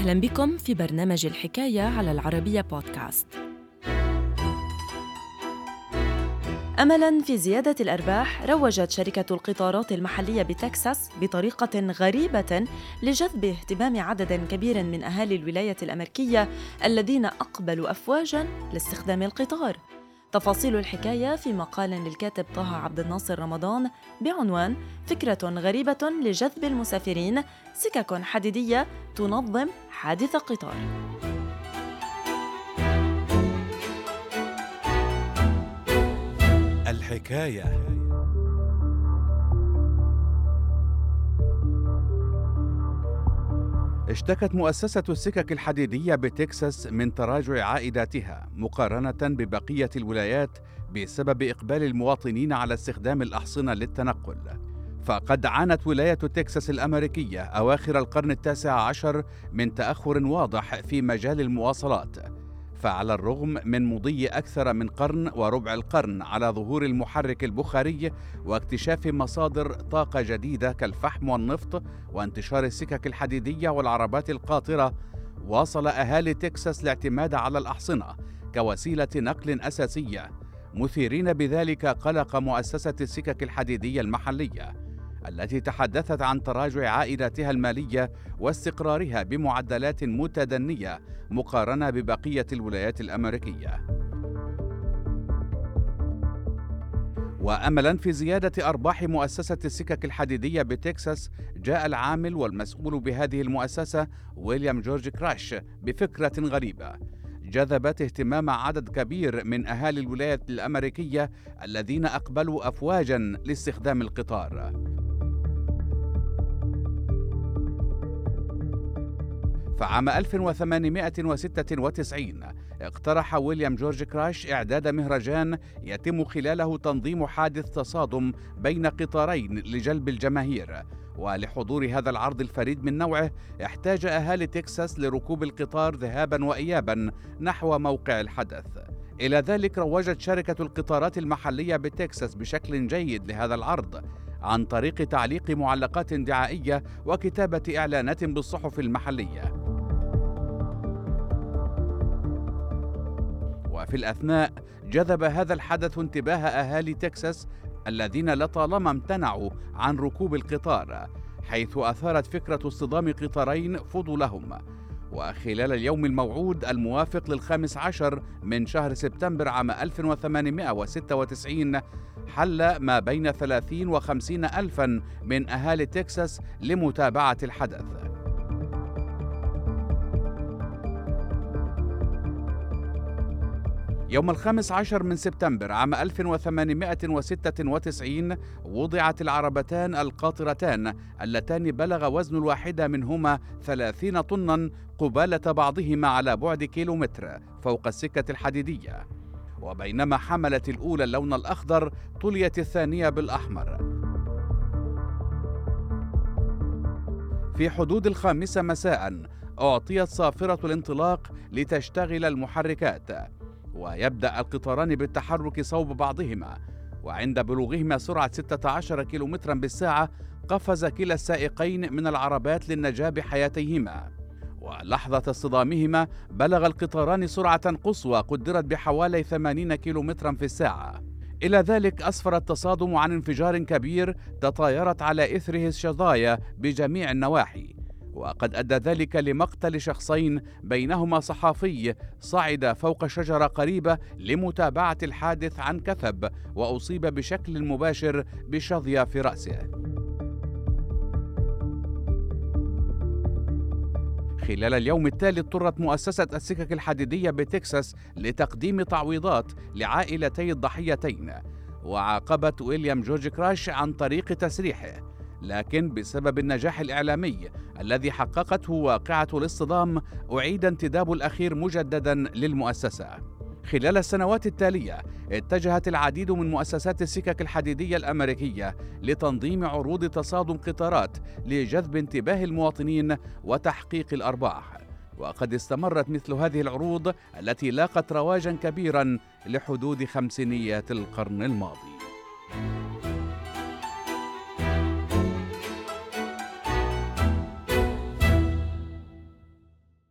أهلاً بكم في برنامج الحكاية على العربية بودكاست. أملاً في زيادة الأرباح، روجت شركة القطارات المحلية بتكساس بطريقة غريبة لجذب اهتمام عدد كبير من أهالي الولاية الأمريكية الذين أقبلوا أفواجاً لاستخدام القطار. تفاصيل الحكاية في مقال للكاتب طه عبد الناصر رمضان بعنوان فكرة غريبة لجذب المسافرين، سكك حديدية تنظم حادث قطار. الحكاية. اشتكت مؤسسة السكك الحديدية بتكساس من تراجع عائداتها مقارنة ببقية الولايات بسبب إقبال المواطنين على استخدام الأحصنة للتنقل. فقد عانت ولاية تكساس الأمريكية أواخر القرن التاسع عشر من تأخر واضح في مجال المواصلات، فعلى الرغم من مضي أكثر من قرن وربع القرن على ظهور المحرك البخاري واكتشاف مصادر طاقة جديدة كالفحم والنفط وانتشار السكك الحديدية والعربات القاطرة، واصل أهالي تكساس الاعتماد على الأحصنة كوسيلة نقل أساسية، مثيرين بذلك قلق مؤسسة السكك الحديدية المحلية التي تحدثت عن تراجع عائداتها المالية واستقرارها بمعدلات متدنية مقارنة ببقية الولايات الأمريكية. وأملاً في زيادة أرباح مؤسسة السكك الحديدية بتكساس، جاء العامل والمسؤول بهذه المؤسسة ويليام جورج كراش بفكرة غريبة جذبت اهتمام عدد كبير من أهالي الولايات الأمريكية الذين أقبلوا أفواجاً لاستخدام القطار. فعام 1896 اقترح ويليام جورج كراش إعداد مهرجان يتم خلاله تنظيم حادث تصادم بين قطارين لجلب الجماهير، ولحضور هذا العرض الفريد من نوعه احتاج أهالي تكساس لركوب القطار ذهابا وإيابا نحو موقع الحدث. إلى ذلك روجت شركة القطارات المحلية بتكساس بشكل جيد لهذا العرض عن طريق تعليق معلقات دعائية وكتابة إعلانات بالصحف المحلية. وفي الأثناء جذب هذا الحدث انتباه أهالي تكساس الذين لطالما امتنعوا عن ركوب القطار، حيث أثارت فكرة اصطدام قطارين فضولهم. وخلال اليوم الموعود الموافق لل15 من شهر سبتمبر عام 1896 حل ما بين 30 و50 ألفاً من أهالي تكساس لمتابعة الحدث. يوم 15 من سبتمبر عام 1896 وضعت العربتان القاطرتان اللتان بلغ وزن الواحدة منهما 30 طناً قبالة بعضهما على بعد كيلومتر فوق السكة الحديدية، وبينما حملت الأولى اللون الأخضر طليت الثانية بالأحمر. في حدود 5 مساء أعطيت صافرة الانطلاق لتشتغل المحركات، ويبدأ القطاران بالتحرك صوب بعضهما، وعند بلوغهما سرعة 16 كيلومترا بالساعة قفز كلا السائقين من العربات للنجاة بحياتيهما. ولحظة اصطدامهما بلغ القطاران سرعة قصوى قدرت بحوالي 80 كيلومترا في الساعة. إلى ذلك أسفر التصادم عن انفجار كبير تطايرت على إثره الشظايا بجميع النواحي، وقد أدى ذلك لمقتل شخصين بينهما صحافي صعد فوق شجرة قريبة لمتابعة الحادث عن كثب وأصيب بشكل مباشر بشظية في رأسه. خلال اليوم التالي اضطرت مؤسسة السكك الحديدية بتكساس لتقديم تعويضات لعائلتي الضحيتين، وعاقبت ويليام جورج كراش عن طريق تسريحه، لكن بسبب النجاح الإعلامي الذي حققته واقعة الاصطدام أعيد انتداب الأخير مجددا للمؤسسة. خلال السنوات التالية اتجهت العديد من مؤسسات السكك الحديدية الأمريكية لتنظيم عروض تصادم قطارات لجذب انتباه المواطنين وتحقيق الأرباح، وقد استمرت مثل هذه العروض التي لاقت رواجا كبيرا لحدود خمسينيات القرن الماضي.